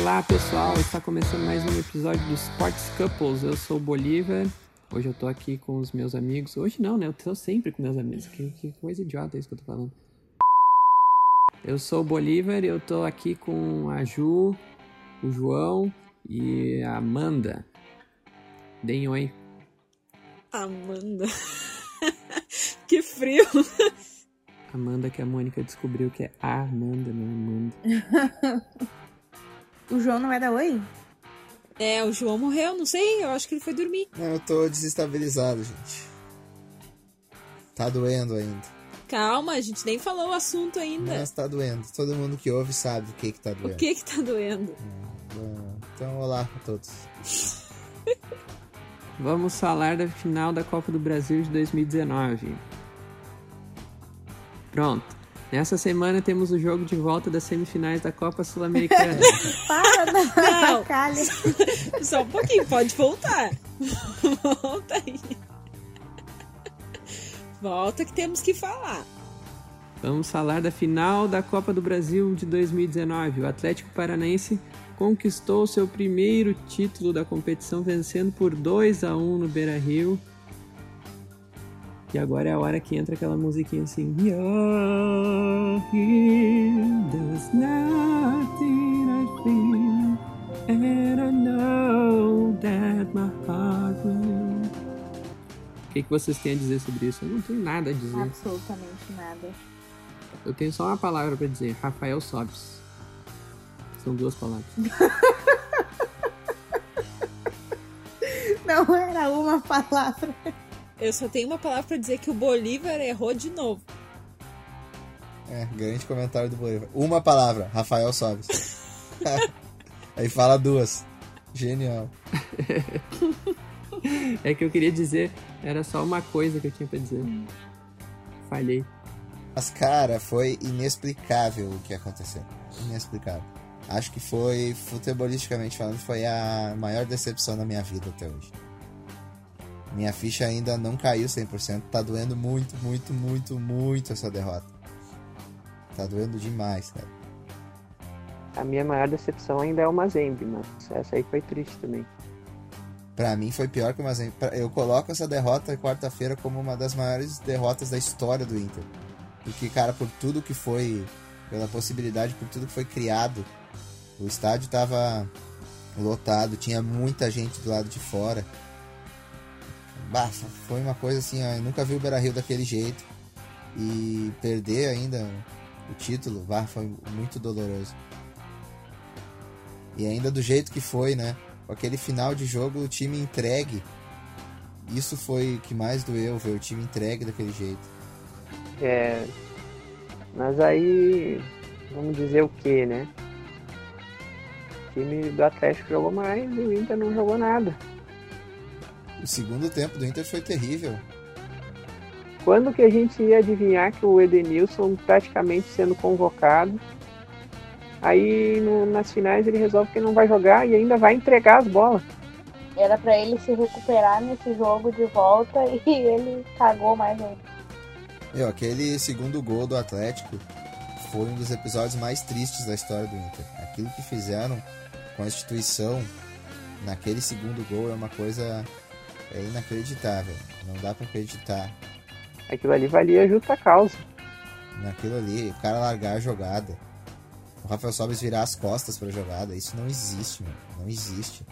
Olá pessoal, está começando mais um episódio do Sports Couples. Eu sou o Bolívar. Hoje eu tô aqui com os meus amigos. Hoje não, né? Eu tô sempre com meus amigos. Que coisa idiota é isso que eu tô falando. Eu sou o Bolívar e eu tô aqui com a Ju, o João e a Amanda. Deem oi. Amanda. Que frio. Amanda, que a Mônica descobriu que é a Amanda, não Amanda. O João não vai dar oi? É, o João morreu, não sei, eu acho que ele foi dormir. Não, eu tô desestabilizado, gente. Tá doendo ainda. Calma, a gente nem falou o assunto ainda. Mas tá doendo. Todo mundo que ouve sabe o que tá doendo. O que tá doendo? Então, olá a todos. Vamos falar da final da Copa do Brasil de 2019. Pronto. Nessa semana temos o jogo de volta das semifinais da Copa Sul-Americana. Para, Não. calha. Só um pouquinho, pode voltar. Volta aí. Volta que temos que falar. Vamos falar da final da Copa do Brasil de 2019. O Atlético Paranaense conquistou seu primeiro título da competição, vencendo por 2-1 no Beira-Rio. E agora é a hora que entra aquela musiquinha assim. You're here, there's nothing I feel, and I know that my heart will. O que vocês têm a dizer sobre isso? Eu não tenho nada a dizer. Absolutamente nada. Eu tenho só uma palavra pra dizer. Rafael Sobis. São duas palavras. Não era uma palavra. Eu só tenho uma palavra pra dizer que o Bolívar errou de novo. Grande comentário do Bolívar. Uma palavra, Rafael Sobis. Aí fala duas. Genial. É que eu queria dizer, era só uma coisa que eu tinha pra dizer. Falhei. Mas, cara, foi inexplicável o que aconteceu. Inexplicável. Acho que foi, futebolisticamente falando, foi a maior decepção da minha vida até hoje. Minha ficha ainda não caiu 100%. Tá doendo muito, muito, muito, muito essa derrota. Tá doendo demais, cara. A minha maior decepção ainda é o Mazembe, mas essa aí foi triste também. Pra mim foi pior que o Mazembe. Eu coloco essa derrota quarta-feira como uma das maiores derrotas da história do Inter. Porque, cara, por tudo que foi, pela possibilidade, por tudo que foi criado, o estádio tava lotado, tinha muita gente do lado de fora. Bah, foi uma coisa assim, eu nunca vi o Beira-Rio daquele jeito. E perder ainda o título, foi muito doloroso. E ainda do jeito que foi, né? Com aquele final de jogo, o time entregue. Isso foi o que mais doeu, ver o time entregue daquele jeito. Mas aí, vamos dizer o que, né? O time do Atlético jogou mais e o Inter não jogou nada. O segundo tempo do Inter foi terrível. Quando que a gente ia adivinhar que o Edenilson praticamente sendo convocado, aí nas finais ele resolve que não vai jogar e ainda vai entregar as bolas. Era pra ele se recuperar nesse jogo de volta e ele cagou mais ainda. Aquele segundo gol do Atlético foi um dos episódios mais tristes da história do Inter. Aquilo que fizeram com a instituição naquele segundo gol é uma coisa inacreditável. Não dá pra acreditar. Aquilo ali valia justa causa. Naquilo ali, o cara largar a jogada. O Rafael Sobis virar as costas pra jogada. Isso não existe, meu. Não existe.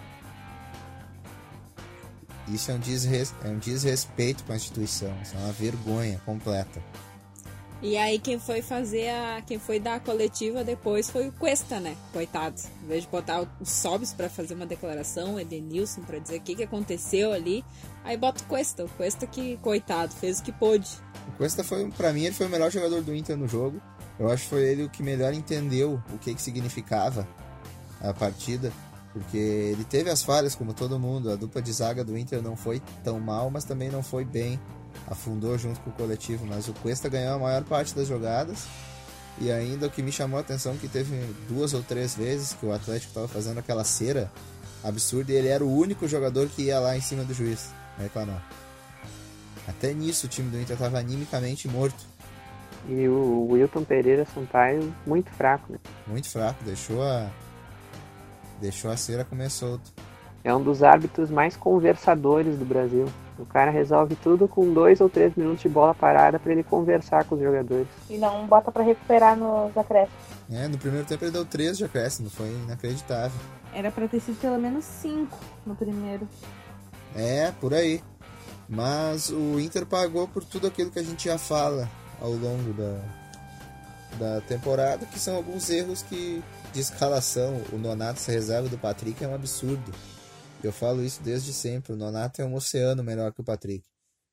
Isso é um desrespeito com a instituição. Isso é uma vergonha completa. E aí quem foi dar a coletiva depois foi o Cuesta, né? Coitado. Em vez de botar o Sobis pra fazer uma declaração, o Edenilson pra dizer o que aconteceu ali, aí bota o Cuesta. O Cuesta que, coitado, fez o que pôde. O Cuesta pra mim, ele foi o melhor jogador do Inter no jogo. Eu acho que foi ele o que melhor entendeu o que significava a partida. Porque ele teve as falhas, como todo mundo. A dupla de zaga do Inter não foi tão mal, mas também não foi bem. Afundou junto com o coletivo, mas o Cuesta ganhou a maior parte das jogadas. E ainda o que me chamou a atenção que teve 2 ou 3 vezes que o Atlético estava fazendo aquela cera absurda e ele era o único jogador que ia lá em cima do juiz reclamar. Até nisso o time do Inter estava animicamente morto. E o Wilton Pereira Sampaio muito fraco, né? Muito fraco, deixou Deixou a cera comer solto. É um dos árbitros mais conversadores do Brasil. O cara resolve tudo com 2 ou 3 minutos de bola parada pra ele conversar com os jogadores. E não bota pra recuperar nos acréscimos. No primeiro tempo ele deu 3 de acréscimo, foi inacreditável. Era pra ter sido pelo menos 5 no primeiro. Por aí. Mas o Inter pagou por tudo aquilo que a gente já fala ao longo da temporada, que são alguns erros de escalação. O Nonato ser reserva do Patrick é um absurdo. Eu falo isso desde sempre. O Nonato é um oceano melhor que o Patrick.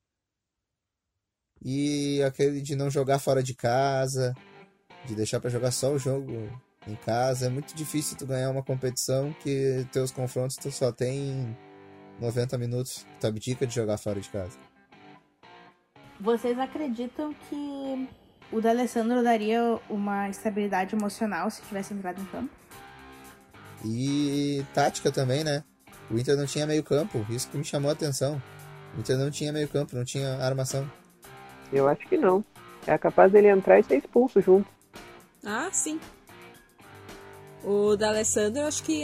E aquele de não jogar fora de casa, de deixar pra jogar só o jogo em casa. É muito difícil tu ganhar uma competição que teus confrontos tu só tem 90 minutos. Tu abdica de jogar fora de casa. Vocês acreditam que o D'Alessandro daria uma estabilidade emocional se tivesse entrado em campo? E tática também, né? O Inter não tinha meio campo, isso que me chamou a atenção. O Inter não tinha meio campo, não tinha armação. Eu acho que não. É capaz dele entrar e ser expulso junto. Ah, sim. O D'Alessandro, acho que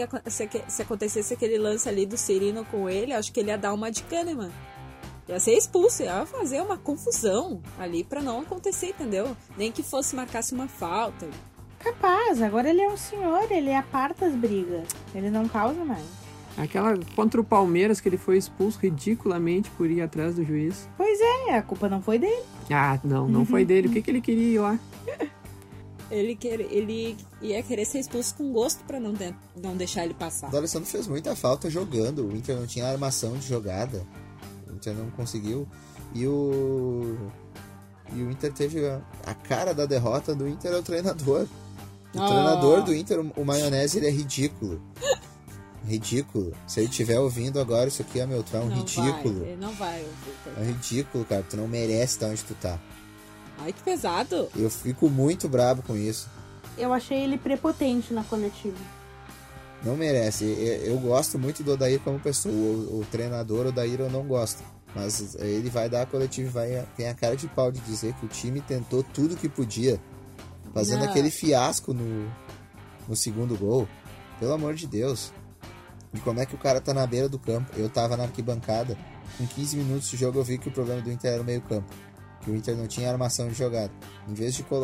se acontecesse aquele lance ali do Cirino com ele, acho que ele ia dar uma de Kahneman. Ia ser expulso, ia fazer uma confusão ali pra não acontecer, entendeu? Nem que marcasse uma falta. Capaz, agora ele é um senhor, ele aparta as brigas. Ele não causa mais. Aquela contra o Palmeiras que ele foi expulso ridiculamente por ir atrás do juiz. Pois é, a culpa não foi dele. Ah, não foi dele. O que ele queria ir lá? Ele ia querer ser expulso com gosto pra não deixar ele passar. O D'Alessandro fez muita falta jogando. O Inter não tinha armação de jogada. O Inter não conseguiu. E o Inter teve a cara da derrota do Inter é o treinador. O treinador do Inter, o Maionese, ele é ridículo. Ridículo. Se ele estiver ouvindo agora, isso aqui é meu trauma. Ridículo. Ele não vai ouvir. É ridículo, cara. Tu não merece estar onde tu tá. Ai, que pesado. Eu fico muito bravo com isso. Eu achei ele prepotente na coletiva. Não merece. Eu gosto muito do Odair como pessoa. O treinador, o Odair, eu não gosto. Mas ele vai dar a coletiva e tem a cara de pau de dizer que o time tentou tudo que podia. Fazendo aquele fiasco no segundo gol. Pelo amor de Deus. E como é que o cara tá na beira do campo? Eu tava na arquibancada. Com 15 minutos de jogo eu vi que o problema do Inter era o meio campo. Que o Inter não tinha armação de jogada. Em vez de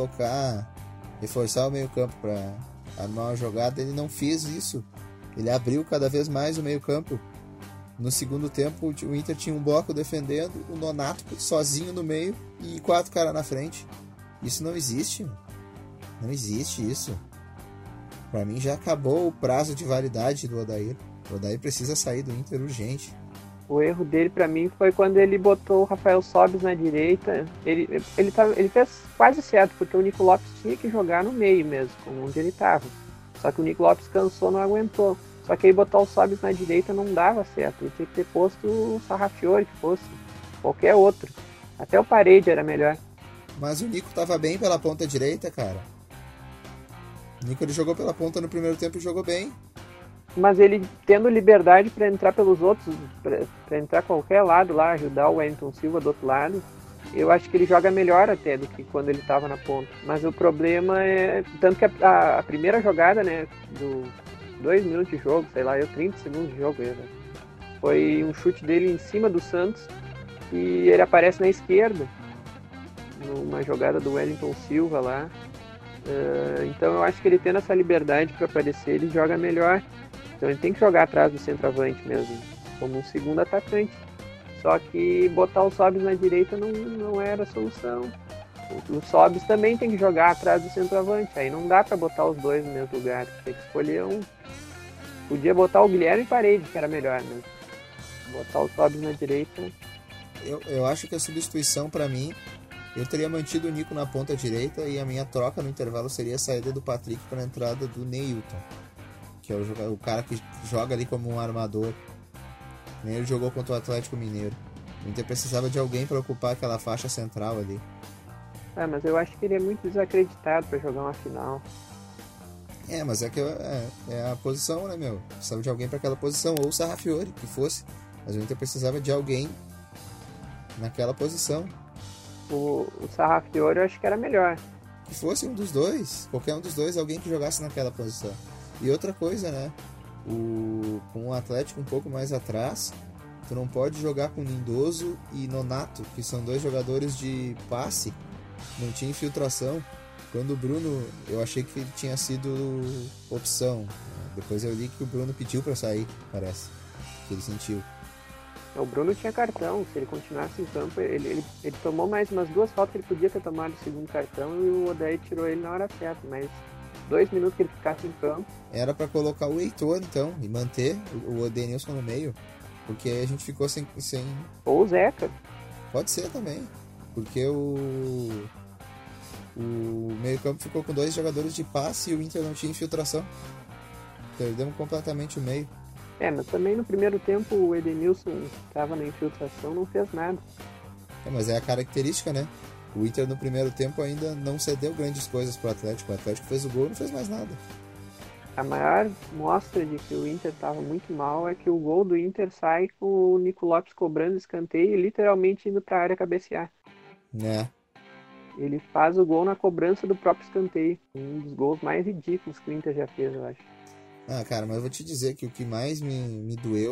reforçar o meio campo pra armar uma jogada, ele não fez isso. Ele abriu cada vez mais o meio campo. No segundo tempo o Inter tinha um bloco defendendo, o Nonato sozinho no meio e 4 caras na frente. Isso não existe. Não existe isso. Pra mim já acabou o prazo de validade do Odair. O Odair precisa sair do Inter urgente. O erro dele pra mim foi quando ele botou o Rafael Sobis na direita. Ele fez quase certo, porque o Nico Lopes tinha que jogar no meio mesmo, onde ele tava. Só que o Nico Lopes cansou, não aguentou. Só que aí botar o Sobis na direita não dava certo. Ele tinha que ter posto o Sarrafiori, que fosse qualquer outro. Até o Parede era melhor. Mas o Nico tava bem pela ponta direita, cara. O Nico ele jogou pela ponta no primeiro tempo e jogou bem. Mas ele tendo liberdade para entrar pelos outros, para entrar qualquer lado lá, ajudar o Wellington Silva do outro lado, eu acho que ele joga melhor até do que quando ele estava na ponta. Mas o problema é... Tanto que a primeira jogada, né, do 2 minutos de jogo, sei lá, 30 segundos de jogo, foi um chute dele em cima do Santos e ele aparece na esquerda, numa jogada do Wellington Silva lá. Então eu acho que ele tendo essa liberdade para aparecer, ele joga melhor. Então ele tem que jogar atrás do centroavante mesmo, como um segundo atacante. Só que botar o Sobis na direita não era a solução. O Sobis também tem que jogar atrás do centroavante. Aí não dá para botar os dois no mesmo lugar, tem que escolher um. Podia botar o Guilherme Parede, que era melhor, né? Botar o Sobis na direita. Eu acho que a substituição para mim, eu teria mantido o Nico na ponta direita e a minha troca no intervalo seria a saída do Patrick para a entrada do Neilton, que é o cara que joga ali como um armador. Nem ele jogou contra o Atlético Mineiro. O Inter precisava de alguém para ocupar aquela faixa central ali. Mas eu acho que ele é muito desacreditado para jogar uma final. Mas é que é a posição, né, meu? Precisava de alguém para aquela posição, ou o Sarrafiori, que fosse. Mas o Inter precisava de alguém naquela posição. O Sarrafiori eu acho que era melhor. Que fosse um dos dois, qualquer um dos dois, alguém que jogasse naquela posição. E outra coisa, né? Com o Atlético um pouco mais atrás, tu não pode jogar com Lindoso e Nonato, que são 2 jogadores de passe, não tinha infiltração. Quando o Bruno, eu achei que ele tinha sido opção. Depois eu li que o Bruno pediu pra sair, parece, que ele sentiu. O Bruno tinha cartão, se ele continuasse em campo, ele tomou mais umas 2 faltas que ele podia ter tomado o segundo cartão e o Odair tirou ele na hora certa, mas 2 minutos que ele ficasse em campo. Era pra colocar o Heitor, então, e manter o Edenilson no meio, porque aí a gente ficou sem... Ou o Zeca. Pode ser também, porque o meio campo ficou com 2 jogadores de passe e o Inter não tinha infiltração. Perdemos completamente o meio. Mas também no primeiro tempo o Edenilson estava na infiltração, não fez nada. Mas é a característica, né? O Inter no primeiro tempo ainda não cedeu grandes coisas pro Atlético. O Atlético fez o gol e não fez mais nada. A maior mostra de que o Inter estava muito mal é que o gol do Inter sai com o Nico Lopes cobrando escanteio e literalmente indo para a área cabecear. Né? Ele faz o gol na cobrança do próprio escanteio. Um dos gols mais ridículos que o Inter já fez, eu acho. Cara, mas eu vou te dizer que o que mais me doeu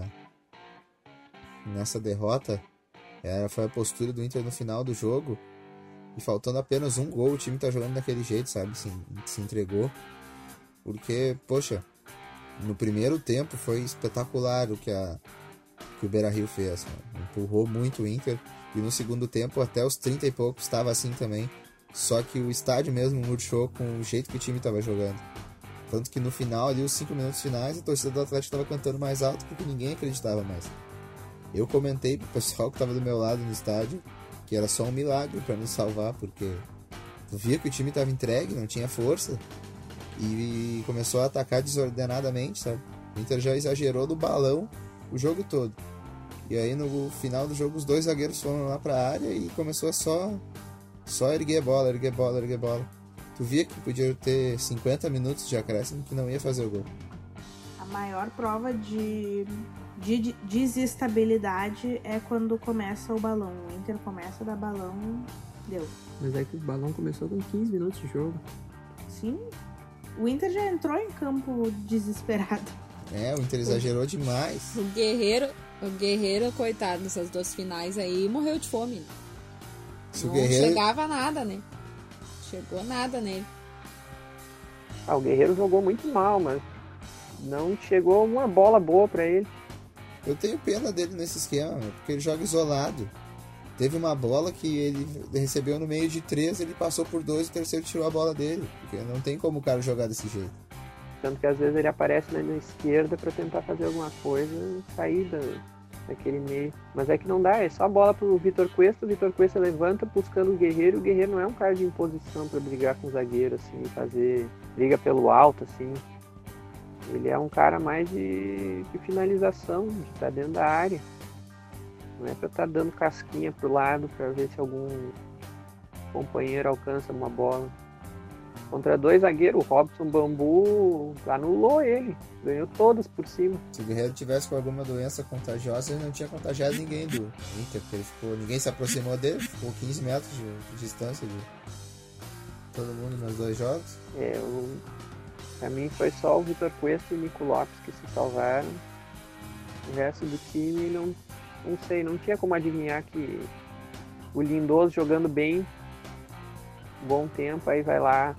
nessa derrota foi a postura do Inter no final do jogo. E faltando apenas um gol, o time tá jogando daquele jeito, sabe? Se entregou. Porque, poxa, no primeiro tempo foi espetacular o que o Beira-Rio fez. Mano. Empurrou muito o Inter. E no segundo tempo, até os 30 e poucos, estava assim também. Só que o estádio mesmo murchou com o jeito que o time estava jogando. Tanto que no final, ali, os 5 minutos finais, a torcida do Atlético estava cantando mais alto porque ninguém acreditava mais. Eu comentei pro pessoal que estava do meu lado no estádio que era só um milagre para nos salvar, porque tu via que o time estava entregue, não tinha força, e começou a atacar desordenadamente, sabe? O Inter já exagerou do balão o jogo todo. E aí no final do jogo os 2 zagueiros foram lá pra área e começou a só erguer bola. Tu via que podia ter 50 minutos de acréscimo que não ia fazer o gol. A maior prova de desestabilidade é quando começa o balão. O Inter começa a dar balão, deu. Mas é que o balão começou com 15 minutos de jogo. Sim, o Inter já entrou em campo desesperado. O Inter exagerou demais. O Guerreiro, coitado, nessas 2 finais aí, morreu de fome. Não chegava nada, né? Chegou nada nele. O Guerreiro jogou muito mal, mas não chegou uma bola boa pra ele. Eu tenho pena dele nesse esquema, porque ele joga isolado. Teve uma bola que ele recebeu no meio de 3, ele passou por 2 e o terceiro tirou a bola dele. Porque não tem como o cara jogar desse jeito. Tanto que às vezes ele aparece na esquerda pra tentar fazer alguma coisa e sair daquele meio. Mas é que não dá, é só bola pro Vitor Cuesta. O Vitor Cuesta levanta buscando o Guerreiro. O Guerreiro não é um cara de imposição pra brigar com o zagueiro, assim, fazer briga pelo alto, assim. Ele é um cara mais de finalização, de estar dentro da área. Não é pra estar dando casquinha pro lado pra ver se algum companheiro alcança uma bola. Contra 2 zagueiros, o Robson Bambu anulou ele, ganhou todas por cima. Se o Guerreiro tivesse com alguma doença contagiosa, ele não tinha contagiado ninguém do Inter, porque ninguém se aproximou dele, ficou 15 metros de distância de todo mundo nos 2 jogos. Pra mim foi só o Vitor Cuesta e o Nico Lopes que se salvaram. O resto do time não sei, não tinha como adivinhar que o Lindoso jogando bem, bom tempo, aí vai lá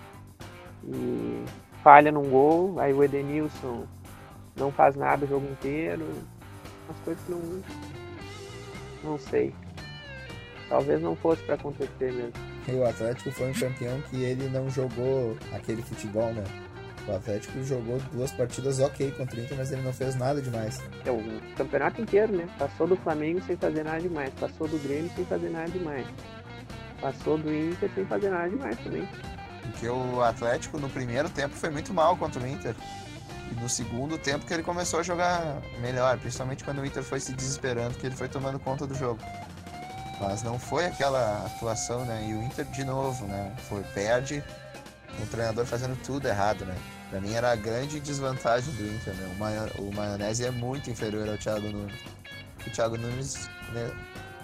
e falha num gol, aí o Edenilson não faz nada o jogo inteiro. As coisas que não sei. Talvez não fosse pra acontecer mesmo. E o Atlético foi um campeão que ele não jogou aquele futebol, né? O Atlético jogou 2 partidas ok contra o Inter, mas ele não fez nada demais. O campeonato inteiro, né? Passou do Flamengo sem fazer nada demais, passou do Grêmio sem fazer nada demais, passou do Inter sem fazer nada demais também. Porque o Atlético no primeiro tempo foi muito mal contra o Inter. E no segundo tempo que ele começou a jogar melhor, principalmente quando o Inter foi se desesperando, que ele foi tomando conta do jogo. Mas não foi aquela atuação, né? E o Inter de novo, né? Perde o treinador fazendo tudo errado, né? Pra mim era a grande desvantagem do Inter, né? O Maionese é muito inferior ao Thiago Nunes. O Thiago Nunes, né,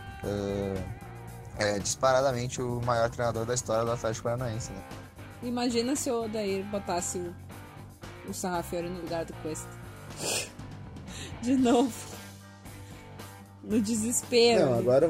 é disparadamente o maior treinador da história do Atlético Paranaense, né? Imagina se o Odair botasse o Sarrafiore no lugar do Cuesta. De novo. No desespero. Não, agora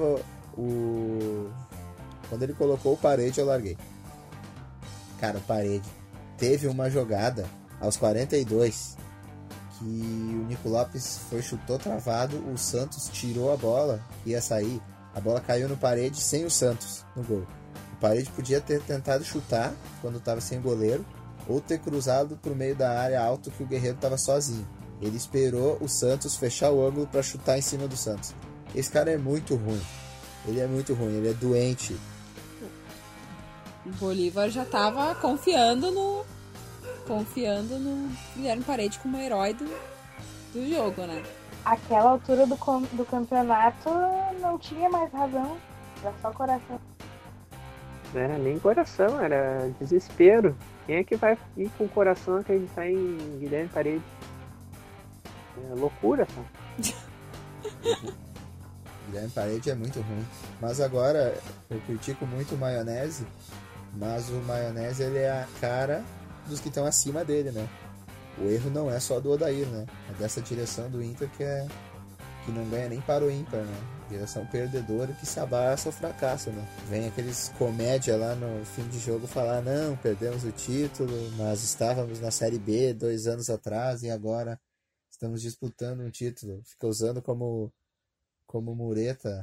quando ele colocou o Parede, eu larguei. Cara, o Parede teve uma jogada aos 42 que o Nico Lopes chutou travado, o Santos tirou a bola, ia sair, a bola caiu no Parede sem o Santos no gol. O Parede podia ter tentado chutar quando estava sem goleiro, ou ter cruzado pro meio da área alto que o Guerreiro estava sozinho. Ele esperou o Santos fechar o ângulo para chutar em cima do Santos. Esse cara é muito ruim. Ele é muito ruim, ele é doente. O Bolívar já tava confiando no Guilherme Parede como herói do jogo, né? Aquela altura do campeonato não tinha mais razão. Era só coração. Não era nem coração, era desespero. Quem é que vai ir com o coração acreditar em Guilherme Parede? É loucura, só. Guilherme Parede é muito ruim. Mas agora, eu critico muito o Maionese, mas o Maionese, ele é a cara dos que estão acima dele, né? O erro não é só do Odair, né? É dessa direção do Inter que não ganha nem para o ímpar, né? Direção perdedora que se abraça ao fracasso, né? Vem aqueles comédia lá no fim de jogo falar, não, perdemos o título, mas estávamos na Série B 2 anos atrás e agora estamos disputando um título. Fica usando como mureta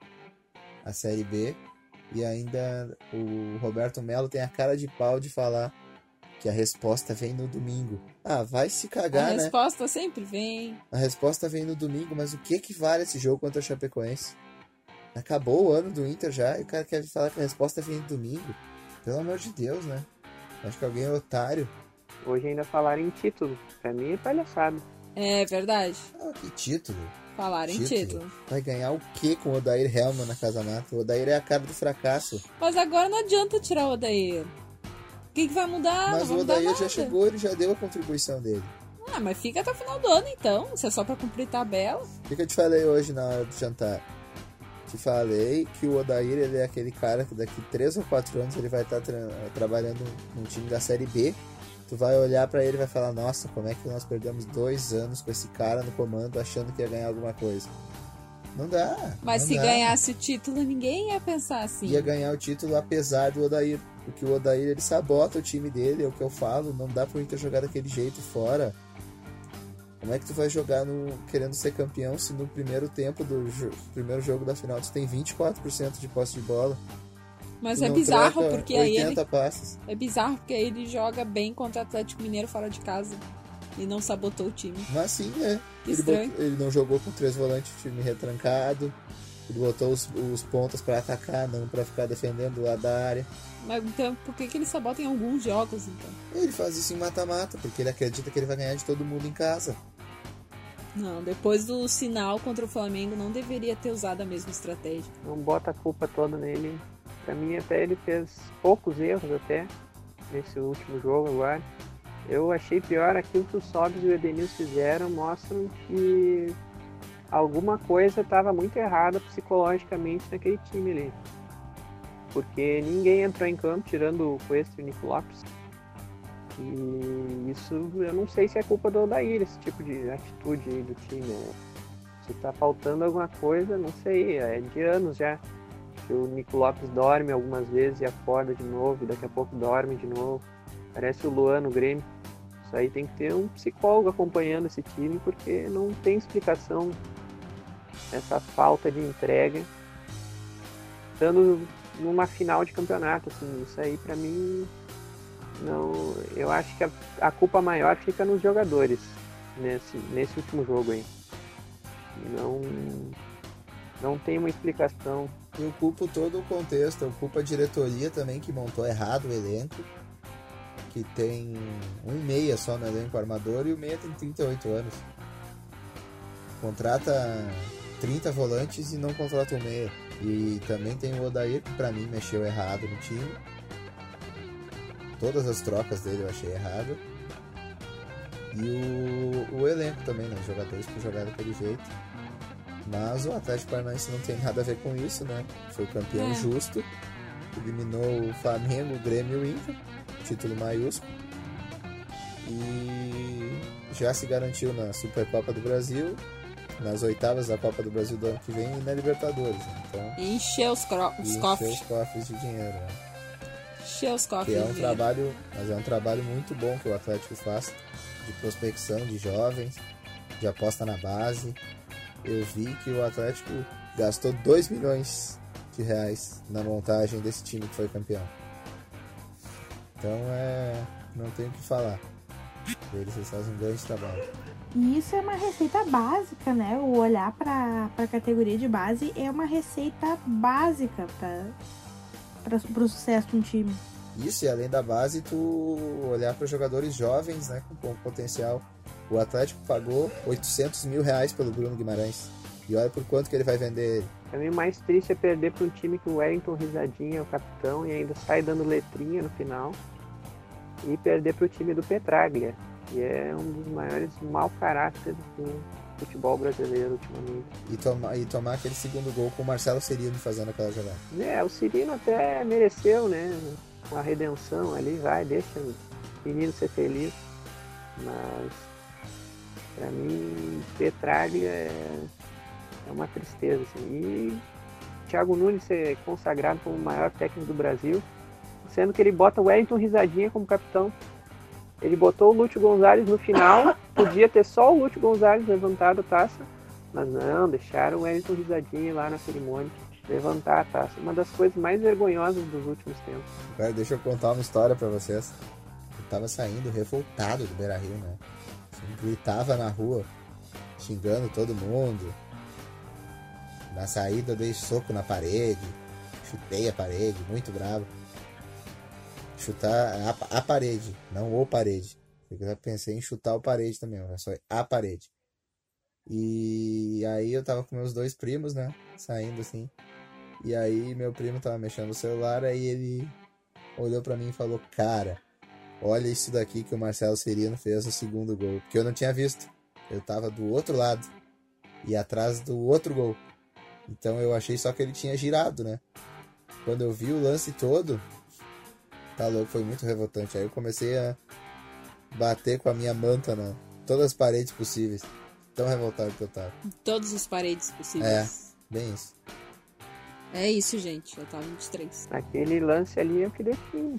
a Série B, e ainda o Roberto Melo tem a cara de pau de falar que a resposta vem no domingo. Ah, vai se cagar, né? A resposta sempre vem. A resposta vem no domingo, mas o que vale esse jogo contra a Chapecoense? Acabou o ano do Inter já, e o cara quer falar que a resposta vem no domingo. Pelo amor de Deus, né? Acho que alguém é otário. Hoje ainda falaram em título. Pra mim é palhaçada. É verdade. Ah, que título? Falaram em título. Vai ganhar o quê com o Odair Hellmann na Casa Mata? O Odair é a cara do fracasso. Mas agora não adianta tirar o Odair. O que vai mudar? Mas não o vai Odair mudar já nada. chegou, ele já deu a contribuição dele. Ah, mas fica até o final do ano então. Se é só pra cumprir tabela. O que eu te falei hoje na hora do jantar? Te falei que o Odair, ele é aquele cara que daqui 3 ou 4 anos ele vai estar trabalhando num time da Série B. Tu vai olhar pra ele e vai falar, nossa, como é que nós perdemos 2 anos com esse cara no comando achando que ia ganhar alguma coisa? Não dá. Mas não se dá. ganhasse o título, ninguém ia pensar assim. Ia ganhar o título apesar do Odair. Porque o Odair, ele sabota o time dele, é o que eu falo. Não dá pro Inter jogar daquele jeito fora. Como é que tu vai jogar querendo ser campeão se no primeiro tempo do primeiro jogo da final tu tem 24% de posse de bola? Mas tu é não bizarro troca porque aí 80 passes. É bizarro porque aí ele joga bem contra o Atlético Mineiro fora de casa. E não sabotou o time. Mas sim, né? Estranho. Ele não jogou com 3 volantes, time retrancado. Ele botou os pontas pra atacar, não pra ficar defendendo lá da área. Mas então, por que ele sabota em alguns jogos, então? Ele faz isso em mata-mata, porque ele acredita que ele vai ganhar de todo mundo em casa. Não, depois do sinal contra o Flamengo, não deveria ter usado a mesma estratégia. Não bota a culpa toda nele. Pra mim até ele fez poucos erros até nesse último jogo agora. Eu achei pior aquilo que o Sobis e o Edenilson fizeram, mostram que alguma coisa estava muito errada psicologicamente naquele time ali. Porque ninguém entrou em campo, tirando o Cuesta e o Nico Lopes. E isso eu não sei se é culpa do Odair, esse tipo de atitude aí do time. Se tá faltando alguma coisa, não sei, é de anos já. Que o Nico Lopes dorme algumas vezes e acorda de novo, e daqui a pouco dorme de novo. Parece o Luan no Grêmio. Isso aí tem que ter um psicólogo acompanhando esse time, porque não tem explicação essa falta de entrega estando numa final de campeonato. Assim, isso aí pra mim não. Eu acho que a culpa maior fica nos jogadores nesse último jogo aí. Não tem uma explicação. Eu culpo todo o contexto, eu culpo a diretoria também que montou errado o elenco, que tem um meia só no elenco armador e o meia tem 38 anos. Contrata 30 volantes e não contrata o meia. E também tem o Odair, que pra mim mexeu errado no time. Todas as trocas dele eu achei errado. E o elenco também, né? Os jogadores que jogaram daquele jeito. Mas o Atlético Paranaense não tem nada a ver com isso, né? Foi campeão justo. Eliminou o Flamengo, o Grêmio e o Inter. Título maiúsculo. E já se garantiu na Supercopa do Brasil, nas oitavas da Copa do Brasil do ano que vem e na Libertadores. Né? Então, E encher os cofres. os cofres de dinheiro. Né? Encher os cofres. Que é de um dinheiro. trabalho, mas é um trabalho muito bom que o Atlético faz de prospecção de jovens, de aposta na base. Eu vi que o Atlético gastou 2 milhões de reais na montagem desse time que foi campeão. Então não tem o que falar. Eles fazem um grande trabalho. E isso é uma receita básica, né? O olhar para a categoria de base é uma receita básica para o sucesso de um time. Isso, e além da base, tu olhar para os jogadores jovens, né, com potencial. O Atlético pagou 800 mil reais pelo Bruno Guimarães. E olha por quanto que ele vai vender ele. Pra mim, o mais triste é perder para um time que o Wellington Risadinha é o capitão e ainda sai dando letrinha no final. E perder para o time do Petraglia, que é um dos maiores mau caráteres do futebol brasileiro ultimamente. E tomar aquele segundo gol com o Marcelo Cirino fazendo aquela jogada. O Cirino até mereceu, né? Uma redenção ali, deixa o menino ser feliz. Mas, pra mim, Petraglia é uma tristeza, assim. E Thiago Nunes ser consagrado como o maior técnico do Brasil, sendo que ele bota o Wellington Risadinha como capitão. Ele botou o Lúcio Gonzalez no final, podia ter só o Lúcio Gonzalez levantado a taça, mas não, deixaram o Wellington Risadinha lá na cerimônia levantar a taça. Uma das coisas mais vergonhosas dos últimos tempos. Cara, deixa eu contar uma história pra vocês. Eu tava saindo revoltado do Beira-Rio, né? Assim, gritava na rua, xingando todo mundo. Na saída eu dei soco na parede, chutei a parede, muito bravo. Chutar a parede, não o parede. Eu já pensei em chutar o parede também, mas só a parede. E aí eu tava com meus 2 primos, né? Saindo assim. E aí meu primo tava mexendo no celular, aí ele olhou pra mim e falou: cara, olha isso daqui que o Marcelo Cirino fez no segundo gol. Porque eu não tinha visto. Eu tava do outro lado e atrás do outro gol. Então eu achei só que ele tinha girado, né? Quando eu vi o lance todo, tá louco, foi muito revoltante. Aí eu comecei a bater com a minha manta em todas as paredes possíveis. Tão revoltado que eu tava. Em todas as paredes possíveis. É, bem isso. É isso, gente. Eu tava 23. Aquele lance ali é o que define.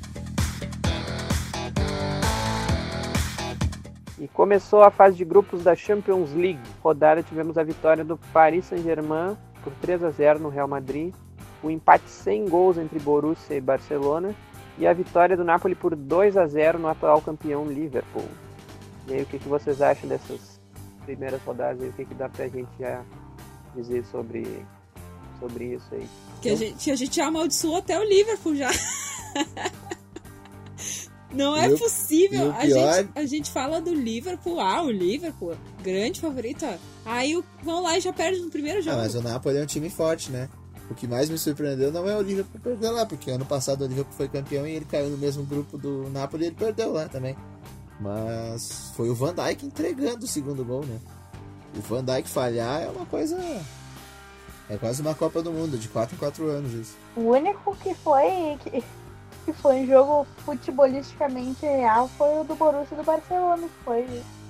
E começou a fase de grupos da Champions League. Rodada, tivemos a vitória do Paris Saint-Germain por 3-0 no Real Madrid. O empate sem gols entre Borussia e Barcelona. E a vitória do Napoli por 2-0 no atual campeão Liverpool. E aí, o que vocês acham dessas primeiras rodadas? E o que dá pra gente já dizer sobre isso aí? Que a gente já amaldiçoou até o Liverpool já. Não é possível. A gente fala do Liverpool. O Liverpool, grande favorito. Aí vão lá e já perde no primeiro jogo. Mas o Napoli é um time forte, né? O que mais me surpreendeu não é o Liverpool perder lá, porque ano passado o Liverpool foi campeão e ele caiu no mesmo grupo do Napoli e ele perdeu lá também. Mas foi o Van Dijk entregando o segundo gol, né? O Van Dijk falhar é uma coisa... É quase uma Copa do Mundo, de 4 em 4 anos isso. O único que foi um jogo futebolisticamente real foi o do Borussia e do Barcelona, que foi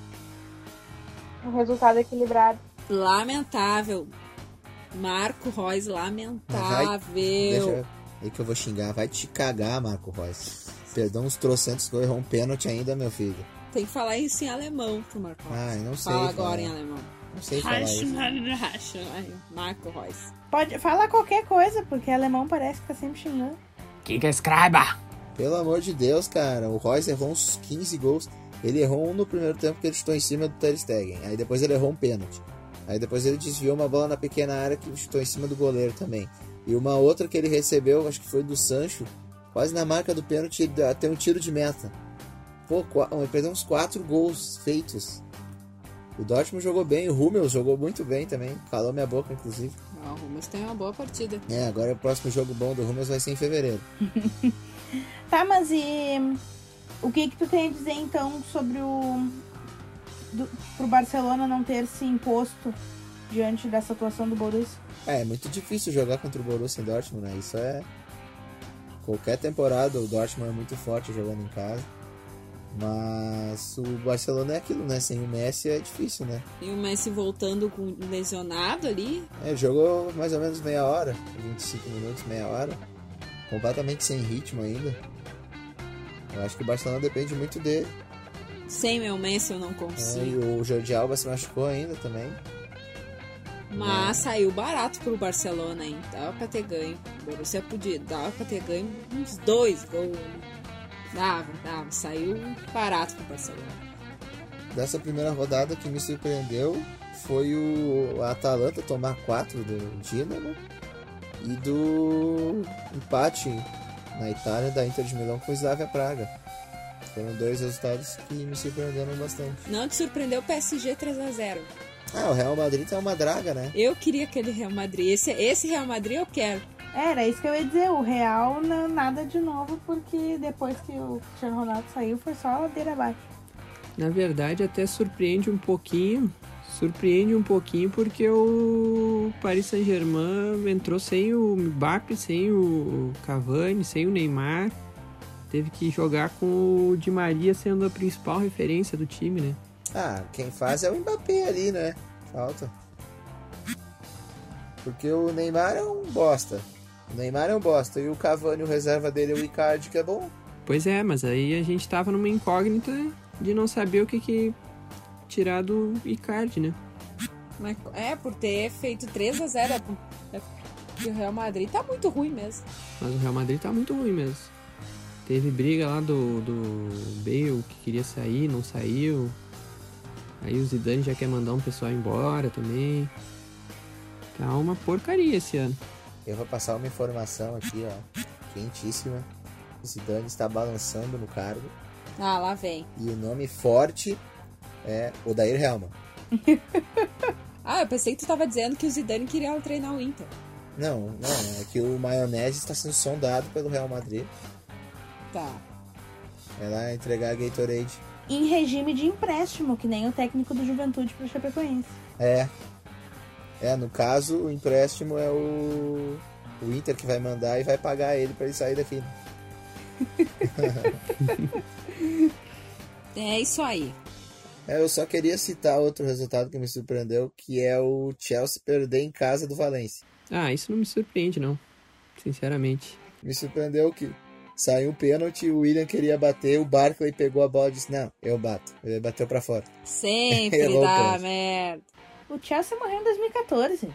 um resultado equilibrado. Lamentável. Marco Reus, lamentável. Deixa aí que eu vou xingar. Vai te cagar, Marco Reus. Perdeu uns trocentos gols, errou um pênalti ainda, meu filho. Tem que falar isso em alemão pro Marco Reus. Ah, eu não sei. Fala agora em alemão. Não sei falar isso. Marco Reus. Pode falar qualquer coisa, porque alemão parece que tá sempre xingando. Que escreva! Pelo amor de Deus, cara. O Reus errou uns 15 gols. Ele errou um no primeiro tempo que ele chutou em cima do Ter Stegen. Aí depois ele errou um pênalti. Aí depois ele desviou uma bola na pequena área que chutou em cima do goleiro também. E uma outra que ele recebeu, acho que foi do Sancho, quase na marca do pênalti, até um tiro de meta. Pô, ele perdeu uns 4 gols feitos. O Dortmund jogou bem, o Hummels jogou muito bem também. Calou minha boca, inclusive. O Hummels tem uma boa partida. Agora o próximo jogo bom do Hummels vai ser em fevereiro. Tá, mas e o que tu tem a dizer então sobre pro Barcelona não ter se imposto diante dessa atuação do Borussia? É muito difícil jogar contra o Borussia em Dortmund, né? Isso é... Qualquer temporada o Dortmund é muito forte jogando em casa. Mas o Barcelona é aquilo, né? Sem o Messi é difícil, né? E o Messi voltando com lesionado ali. Ele jogou mais ou menos meia hora, 25 minutos, meia hora. Completamente sem ritmo ainda. Eu acho que o Barcelona depende muito dele. Sem meu Messi eu não consigo. E o Jordi Alba se machucou ainda também. Mas saiu barato pro Barcelona, hein? Dava pra ter ganho. O Borussia dava pra ter ganho uns 2 gols. Dava. Saiu barato pro Barcelona. Dessa primeira rodada, que me surpreendeu foi o Atalanta tomar 4 do Dinamo e do empate na Itália da Inter de Milão com o Slavia Praga. Foram 2 resultados que me surpreenderam bastante. Não te surpreendeu o PSG 3-0? O Real Madrid tá uma draga, né? Eu queria aquele Real Madrid. Esse Real Madrid eu quero. Era isso que eu ia dizer, o Real nada de novo, porque depois que o Cristiano Ronaldo saiu foi só a ladeira abaixo. Na verdade, até surpreende um pouquinho porque o Paris Saint-Germain entrou sem o Mbappé, sem o Cavani, sem o Neymar. Teve que jogar com o Di Maria sendo a principal referência do time, né? Quem faz é o Mbappé ali, né? Falta. Porque o Neymar é um bosta. E o Cavani, o reserva dele é o Icardi, que é bom. Pois é, mas aí a gente tava numa incógnita de não saber o que tirar do Icardi, né? Mas, por ter feito 3-0. O Real Madrid tá muito ruim mesmo. Mas o Real Madrid tá muito ruim mesmo. Teve briga lá do Bale, que queria sair, não saiu. Aí o Zidane já quer mandar um pessoal embora também. Tá uma porcaria esse ano. Eu vou passar uma informação aqui, ó, quentíssima. O Zidane está balançando no cargo. Lá vem. E o nome forte é Odair Helman. Eu pensei que tu tava dizendo que o Zidane queria treinar o Inter. Não, é que o Maionese está sendo sondado pelo Real Madrid. Tá. Vai lá entregar a Gatorade. Em regime de empréstimo, que nem o técnico do Juventude pro Chapecoense. No caso, o empréstimo é o Inter que vai mandar e vai pagar ele pra ele sair daqui. É isso aí. Eu só queria citar outro resultado que me surpreendeu, que é o Chelsea perder em casa do Valência. Isso não me surpreende, não. Sinceramente. Me surpreendeu que saiu um pênalti, o William queria bater, o Barkley pegou a bola e disse, não, eu bato. Ele bateu pra fora. Sempre dá merda. O Chelsea morreu em 2014.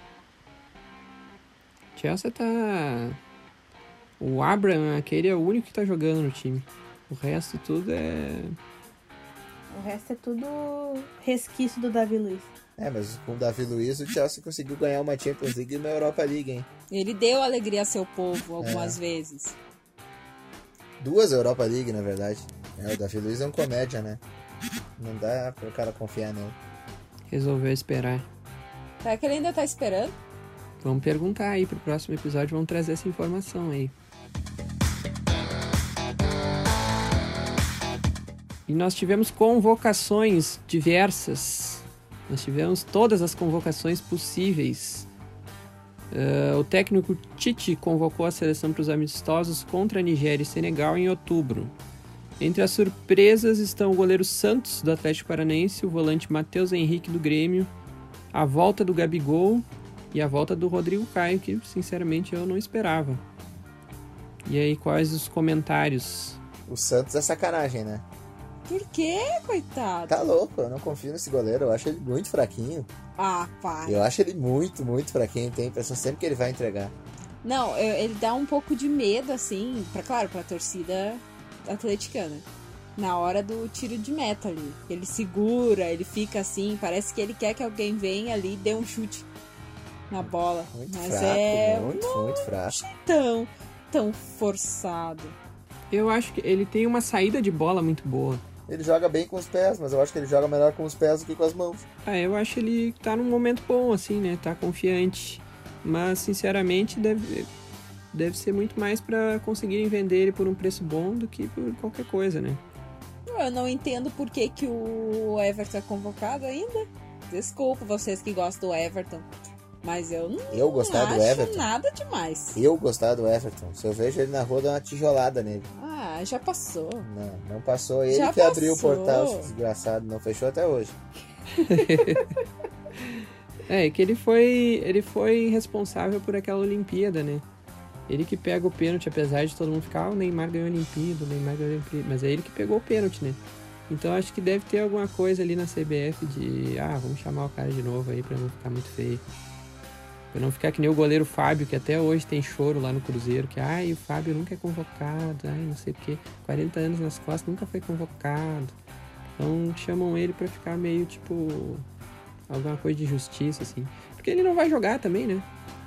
Chelsea tá... O Abraham, aquele é o único que tá jogando no time. O resto tudo é... O resto é tudo resquício do Davi Luiz. Mas com o Davi Luiz, o Chelsea conseguiu ganhar uma Champions League e uma Europa League, hein? Ele deu alegria ao seu povo algumas vezes. 2 Europa League, na verdade. O Davi Luiz é um comédia, né? Não dá pro cara confiar nele. Resolveu esperar. Será que ele ainda tá esperando? Vamos perguntar aí pro próximo episódio, vamos trazer essa informação aí. E nós tivemos convocações diversas. Nós tivemos todas as convocações possíveis. O técnico Tite convocou a seleção para os amistosos contra a Nigéria e Senegal em outubro. Entre as surpresas estão o goleiro Santos, do Atlético Paranaense, o volante Matheus Henrique, do Grêmio, a volta do Gabigol e a volta do Rodrigo Caio, que sinceramente eu não esperava. E aí, quais os comentários? O Santos é sacanagem, né? Por quê, coitado? Tá louco, eu não confio nesse goleiro, eu acho ele muito fraquinho. Pai. Eu acho ele muito, muito fraquinho, tenho a impressão sempre que ele vai entregar. Não, ele dá um pouco de medo, assim, pra torcida atleticana. Na hora do tiro de meta ali. Ele segura, ele fica assim, parece que ele quer que alguém venha ali e dê um chute na bola. Muito Mas fraco, muito fraco. Tão forçado. Eu acho que ele tem uma saída de bola muito boa. Ele joga bem com os pés, mas eu acho que ele joga melhor com os pés do que com as mãos. Eu acho que ele tá num momento bom, assim, né? Tá confiante. Mas, sinceramente, deve ser muito mais pra conseguirem vender ele por um preço bom do que por qualquer coisa, né? Eu não entendo por que o Everton é convocado ainda. Desculpa vocês que gostam do Everton. Mas eu não gostar do Everton? Nada demais. Eu gostar do Everton. Se eu vejo ele na rua, dou uma tijolada nele. Ah, já passou. Não passou. Ele Já que abriu o passou. portal, esse desgraçado. Não fechou até hoje. Que ele foi responsável por aquela Olimpíada, né? Ele que pega o pênalti, apesar de todo mundo ficar, o Neymar ganhou a Olimpíada, mas é ele que pegou o pênalti, né? Então acho que deve ter alguma coisa ali na CBF de, vamos chamar o cara de novo aí pra não ficar muito feio. Pra não ficar que nem o goleiro Fábio, que até hoje tem choro lá no Cruzeiro, que o Fábio nunca é convocado, não sei porque, 40 anos nas costas, nunca foi convocado. Então chamam ele pra ficar meio tipo alguma coisa de justiça, assim. Porque ele não vai jogar também, né?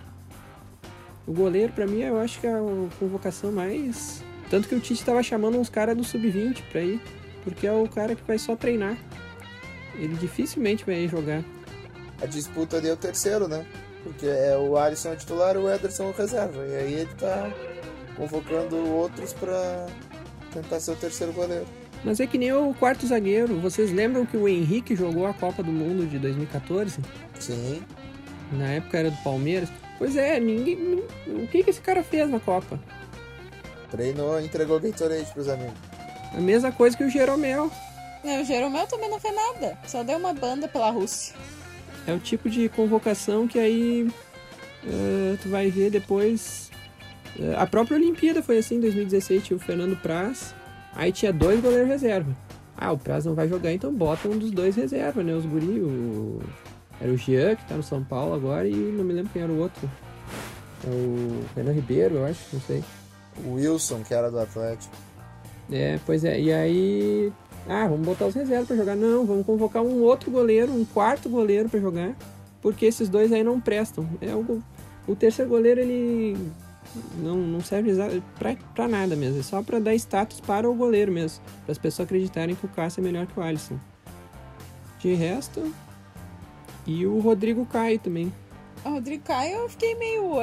O goleiro, pra mim, eu acho que é a convocação mais... Tanto que o Tite tava chamando uns caras do Sub-20 pra ir, porque é o cara que vai só treinar. Ele dificilmente vai ir jogar. A disputa ali é o terceiro, né? Porque é o Alisson é titular e o Ederson é o reserva. E aí ele tá convocando outros pra tentar ser o terceiro goleiro. Mas é que nem o quarto zagueiro. Vocês lembram que o Henrique jogou a Copa do Mundo de 2014? Sim. Na época era do Palmeiras. Pois é, o que esse cara fez na Copa? Treinou, entregou Gatorade pros amigos. A mesma coisa que o Jeromel. O Jeromel também não fez nada. Só deu uma banda pela Rússia. É o tipo de convocação que aí tu vai ver depois. A própria Olimpíada foi assim, em 2016 tinha o Fernando Praz, aí tinha 2 goleiros reserva. O Praz não vai jogar, então bota um dos 2 reserva, né? Os guri, era o Jean, que tá no São Paulo agora, e não me lembro quem era o outro. É o Renan Ribeiro, eu acho, não sei. O Wilson, que era do Atlético. Pois é, e aí... vamos botar os reservas pra jogar. Não, vamos convocar um outro goleiro, um quarto goleiro pra jogar, porque esses 2 aí não prestam. O terceiro goleiro, ele não serve pra nada mesmo, é só pra dar status para o goleiro mesmo, para as pessoas acreditarem que o Cássio é melhor que o Alisson. De resto... E o Rodrigo Caio também. O Rodrigo Caio eu fiquei meio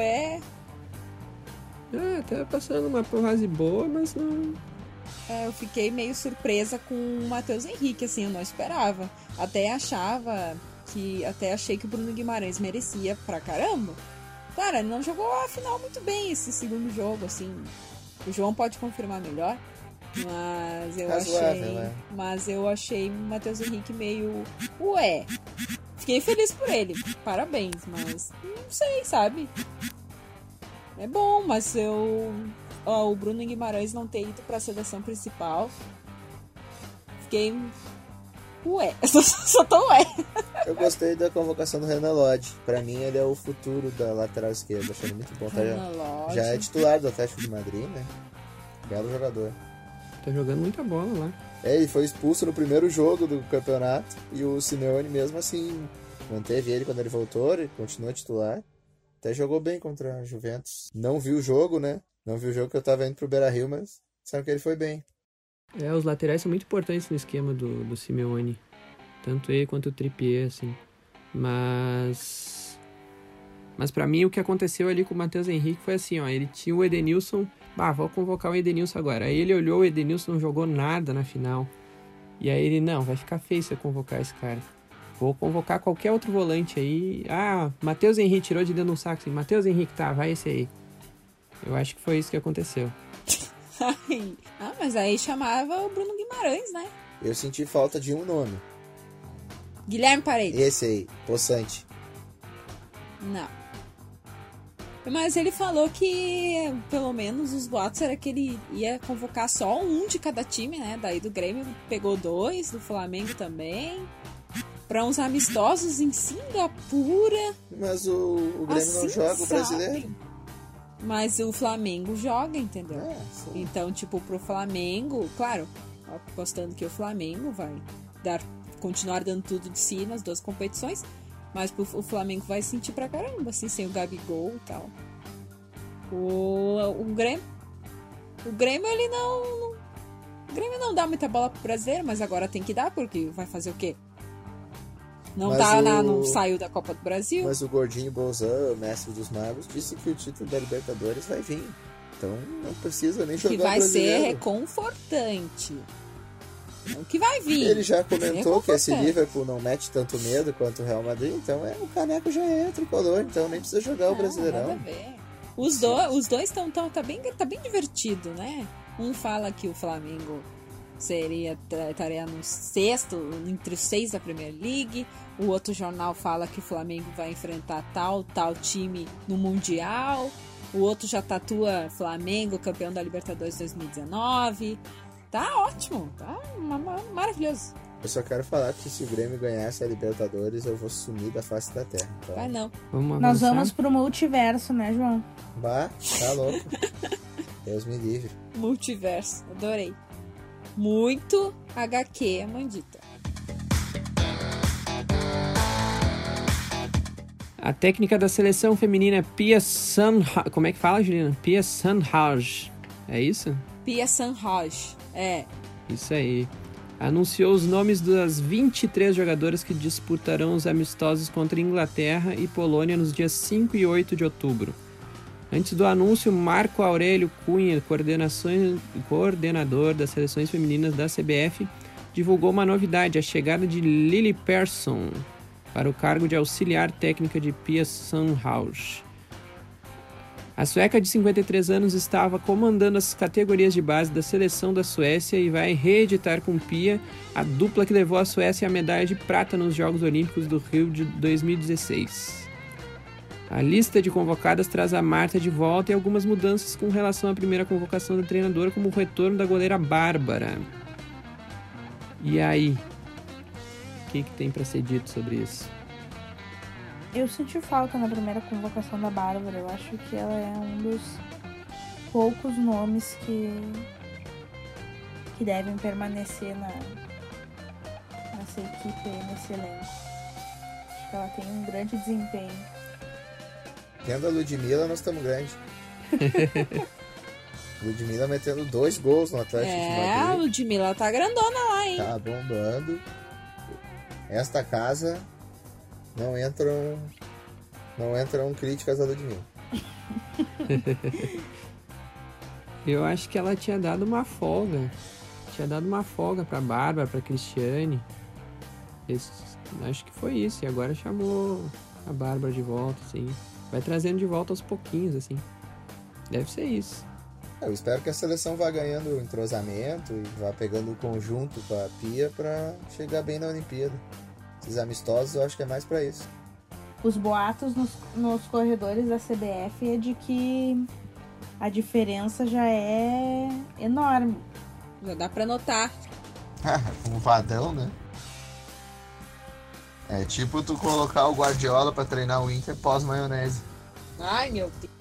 Tá passando uma fase boa, mas não... eu fiquei meio surpresa com o Matheus Henrique, assim, eu não esperava. Até achei que o Bruno Guimarães merecia pra caramba. Claro, ele não jogou a final muito bem esse segundo jogo, assim. O João pode confirmar melhor. Mas eu achei o Matheus Henrique meio... Fiquei feliz por ele. Parabéns, mas não sei, sabe? É bom, mas o Bruno Guimarães não ter ido pra seleção principal. Fiquei... Só tô Eu gostei da convocação do Renan Lodge. Pra mim, ele é o futuro da lateral esquerda. Achei muito bom. Já é titular do Atlético de Madrid, né? Belo jogador. Tá jogando muita bola lá. Ele foi expulso no primeiro jogo do campeonato e o Simeone mesmo assim manteve ele quando ele voltou, ele continuou titular. Até jogou bem contra a Juventus. Não vi o jogo, né? Não vi o jogo que eu tava indo pro Beira-Rio, mas sabe que ele foi bem. Os laterais são muito importantes no esquema do Simeone. Tanto ele quanto o Trippier, assim. Mas pra mim o que aconteceu ali com o Matheus Henrique foi assim, ele tinha o Edenilson... vou convocar o Edenilson agora. Aí ele olhou, o Edenilson não jogou nada na final. E aí ele, não, vai ficar feio se eu convocar esse cara. Vou convocar qualquer outro volante aí. Matheus Henrique tirou de dentro de um saco assim. Matheus Henrique, vai esse aí. Eu acho que foi isso que aconteceu. Mas aí chamava o Bruno Guimarães, né? Eu senti falta de um nome. Guilherme Paredes. Esse aí, Poçante. Não. Mas ele falou que, pelo menos, os boatos era que ele ia convocar só um de cada time, né? Daí do Grêmio pegou 2, do Flamengo também. Pra uns amistosos em Singapura. Mas o Grêmio não joga o brasileiro. Mas o Flamengo joga, entendeu? Sim. Então, pro Flamengo, claro, apostando que o Flamengo vai continuar dando tudo de si nas 2 competições. Mas o Flamengo vai sentir pra caramba, assim, sem o Gabigol e tal. O Grêmio, ele não... O Grêmio não dá muita bola pro brasileiro, mas agora tem que dar, porque vai fazer o quê? Não saiu da Copa do Brasil. Mas o gordinho Bolzan, o mestre dos magos, disse que o título da Libertadores vai vir. Então não precisa nem jogar o brasileiro. Que vai ser reconfortante. O que vai vir. Ele já comentou que esse Liverpool não mete tanto medo quanto o Real Madrid, então o caneco já é tricolor, então nem precisa jogar o Brasileirão. Nada a ver. Os dois tá bem divertido, né? Um fala que o Flamengo estaria no sexto, entre os 6 da Premier League. O outro jornal fala que o Flamengo vai enfrentar tal time no Mundial. O outro já tatua Flamengo, campeão da Libertadores 2019. Tá ótimo, tá maravilhoso. Eu só quero falar que se o Grêmio ganhasse a Libertadores, eu vou sumir da face da terra. Então... Vai não. Nós vamos pro multiverso, né, João? Bah, tá louco. Deus me livre. Multiverso, adorei. Muito HQ, Amandita. A técnica da seleção feminina é Pia Sundhage. Como é que fala, Juliana? Pia Sundhage. É isso? Pia Sundhage, é. Isso aí. Anunciou os nomes das 23 jogadoras que disputarão os amistosos contra Inglaterra e Polônia nos dias 5 e 8 de outubro. Antes do anúncio, Marco Aurélio Cunha, coordenador das seleções femininas da CBF, divulgou uma novidade, a chegada de Lily Persson para o cargo de auxiliar técnica de Pia Sundhage. A sueca de 53 anos estava comandando as categorias de base da seleção da Suécia e vai reeditar com Pia a dupla que levou a Suécia à medalha de prata nos Jogos Olímpicos do Rio de 2016. A lista de convocadas traz a Marta de volta e algumas mudanças com relação à primeira convocação da treinadora, como o retorno da goleira Bárbara. E aí? O que tem para ser dito sobre isso? Eu senti falta na primeira convocação da Bárbara. Eu acho que ela é um dos poucos nomes que devem permanecer nessa equipe, nesse elenco. Acho que ela tem um grande desempenho. Tendo a Ludmilla, nós estamos grandes. Ludmilla metendo 2 gols no Atlético de Madrid. A Ludmilla tá grandona lá, hein? Tá bombando. Esta casa não entram críticas a Ludmilla. Eu acho que ela tinha dado uma folga. Tinha dado uma folga pra Bárbara, pra Cristiane. Acho que foi isso. E agora chamou a Bárbara de volta, assim. Vai trazendo de volta aos pouquinhos, assim. Deve ser isso. Eu espero que a seleção vá ganhando entrosamento e vá pegando o conjunto com a Pia pra chegar bem na Olimpíada. Esses amistosos eu acho que é mais pra isso. Os boatos nos corredores da CBF é de que a diferença já é enorme. Já dá pra notar. Um padrão, né? É tipo tu colocar o Guardiola pra treinar o Inter pós-maionese. Ai, meu Deus.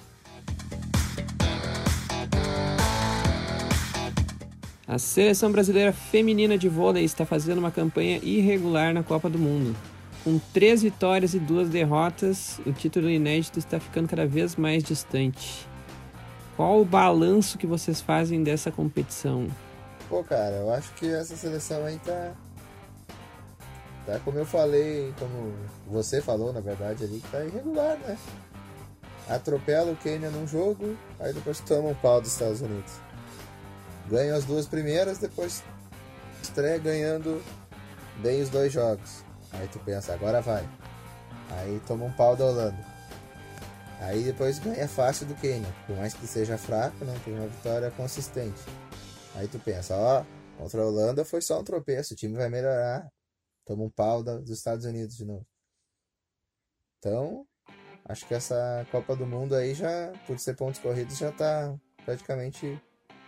A seleção brasileira feminina de vôlei está fazendo uma campanha irregular na Copa do Mundo. Com 3 vitórias e 2 derrotas, o título inédito está ficando cada vez mais distante. Qual o balanço que vocês fazem dessa competição? Pô, cara, eu acho que essa seleção aí tá como eu falei, como você falou, na verdade, ali, que tá irregular, né? Atropela o Quênia num jogo, aí depois toma um pau dos Estados Unidos. Ganha as 2 primeiras, depois estreia ganhando bem os 2 jogos. Aí tu pensa, agora vai. Aí toma um pau da Holanda. Aí depois ganha fácil do Quênia. Por mais que seja fraco, né? Tem uma vitória consistente. Aí tu pensa, contra a Holanda foi só um tropeço, o time vai melhorar. Toma um pau dos Estados Unidos de novo. Então, acho que essa Copa do Mundo aí já, por ser pontos corridos, já tá praticamente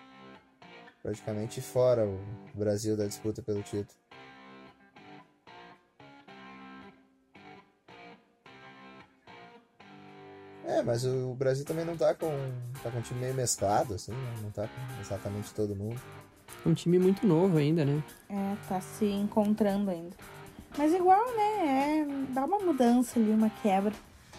fora o Brasil da disputa pelo título. Mas o Brasil também não tá com um time meio mesclado, assim, né? Não tá com exatamente todo mundo. É um time muito novo ainda, né? Tá se encontrando ainda. Mas igual, né? Dá uma mudança ali, uma quebra.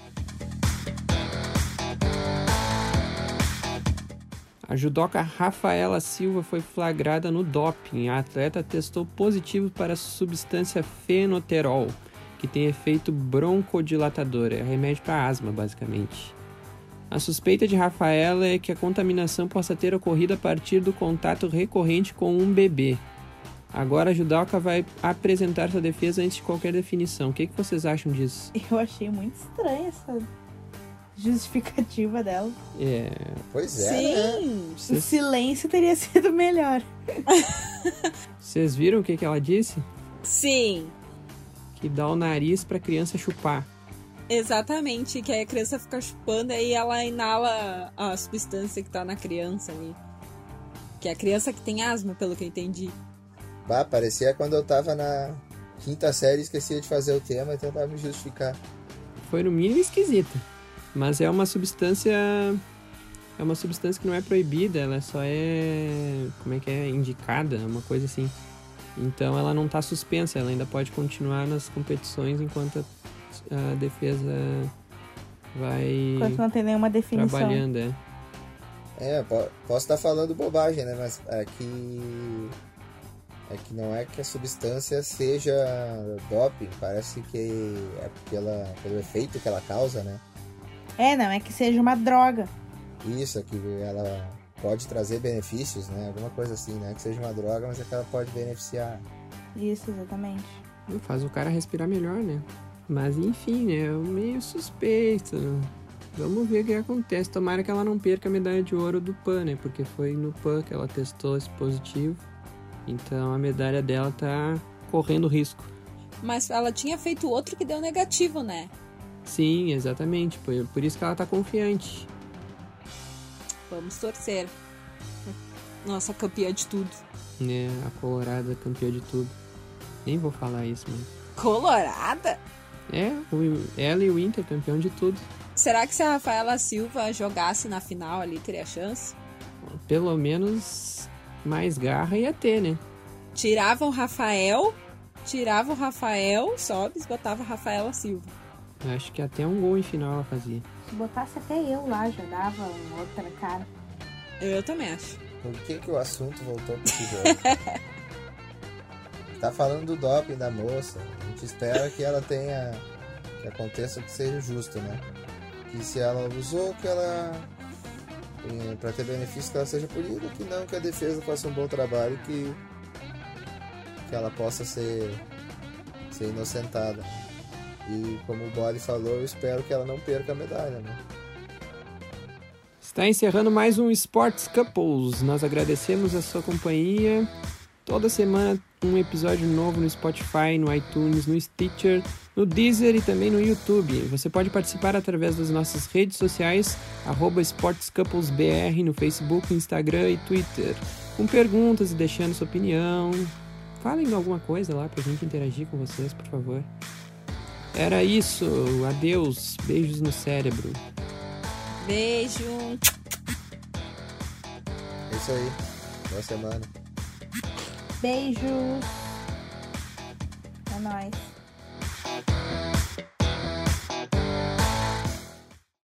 A judoca Rafaela Silva foi flagrada no doping. A atleta testou positivo para a substância fenoterol, que tem efeito broncodilatador, é remédio para asma, basicamente. A suspeita de Rafaela é que a contaminação possa ter ocorrido a partir do contato recorrente com um bebê. Agora a judoca vai apresentar sua defesa antes de qualquer definição. O que vocês acham disso? Eu achei muito estranha justificativa dela. Pois é, né? Sim! O silêncio teria sido melhor. Vocês viram o que ela disse? Sim, Que dá o nariz pra criança chupar. exatamente. Que aí a criança fica chupando e aí ela inala a substância que tá na criança ali. Que é a criança que tem asma, pelo que eu entendi. Bah, parecia quando eu tava na 5ª série e esquecia de fazer o tema e tentava me justificar. Foi no mínimo esquisita. Mas é uma substância... É uma substância que não é proibida, ela só é... Como é que é? Indicada, uma coisa assim. Então ela não tá suspensa, ela ainda pode continuar nas competições enquanto a defesa vai Enquanto não tem nenhuma definição. trabalhando, Posso estar falando bobagem, né? Mas é que não é que a substância seja doping, parece que é pelo efeito que ela causa, né? Não é que seja uma droga. Isso, é que ela pode trazer benefícios, né? Alguma coisa assim, né? Que seja uma droga, mas é que ela pode beneficiar. Isso, exatamente. Faz o cara respirar melhor, né? Mas enfim, né? É meio suspeito. Vamos ver o que acontece. Tomara que ela não perca a medalha de ouro do PAN, né? Porque foi no PAN que ela testou esse positivo. Então a medalha dela tá correndo risco. Mas ela tinha feito outro que deu negativo, né? Sim, exatamente. Por isso que ela tá confiante. Vamos torcer. Nossa campeã de tudo. A Colorada campeã de tudo. Nem vou falar isso, mano. Colorada? Ela e o Inter campeão de tudo. Será que se a Rafaela Silva jogasse na final ali, teria chance? Pelo menos mais garra ia ter, né? Tirava o Rafael, Sobis, botava a Rafaela Silva. Acho que até um gol em final ela fazia. Se botasse até eu lá, já dava outra cara. Eu também acho. Por que o assunto voltou para esse jogo? Tá falando do doping da moça. A gente espera que ela tenha... Que aconteça que seja justo, né? Que se ela usou, que ela... Pra ter benefício, que ela seja punida. Que não, que a defesa faça um bom trabalho. Que ela possa ser inocentada. E como o Bode falou, eu espero que ela não perca a medalha, né? Está encerrando mais um Sports Couples. Nós agradecemos a sua companhia. Toda semana um episódio novo no Spotify, no iTunes, no Stitcher, no Deezer e também no YouTube. Você pode participar através das nossas redes sociais, @SportsCouplesBR no Facebook, Instagram e Twitter, com perguntas e deixando sua opinião. Falem alguma coisa lá pra gente interagir com vocês, por favor. Era isso. Adeus. Beijos no cérebro. Beijo. É isso aí. Boa semana. Beijos. É nóis.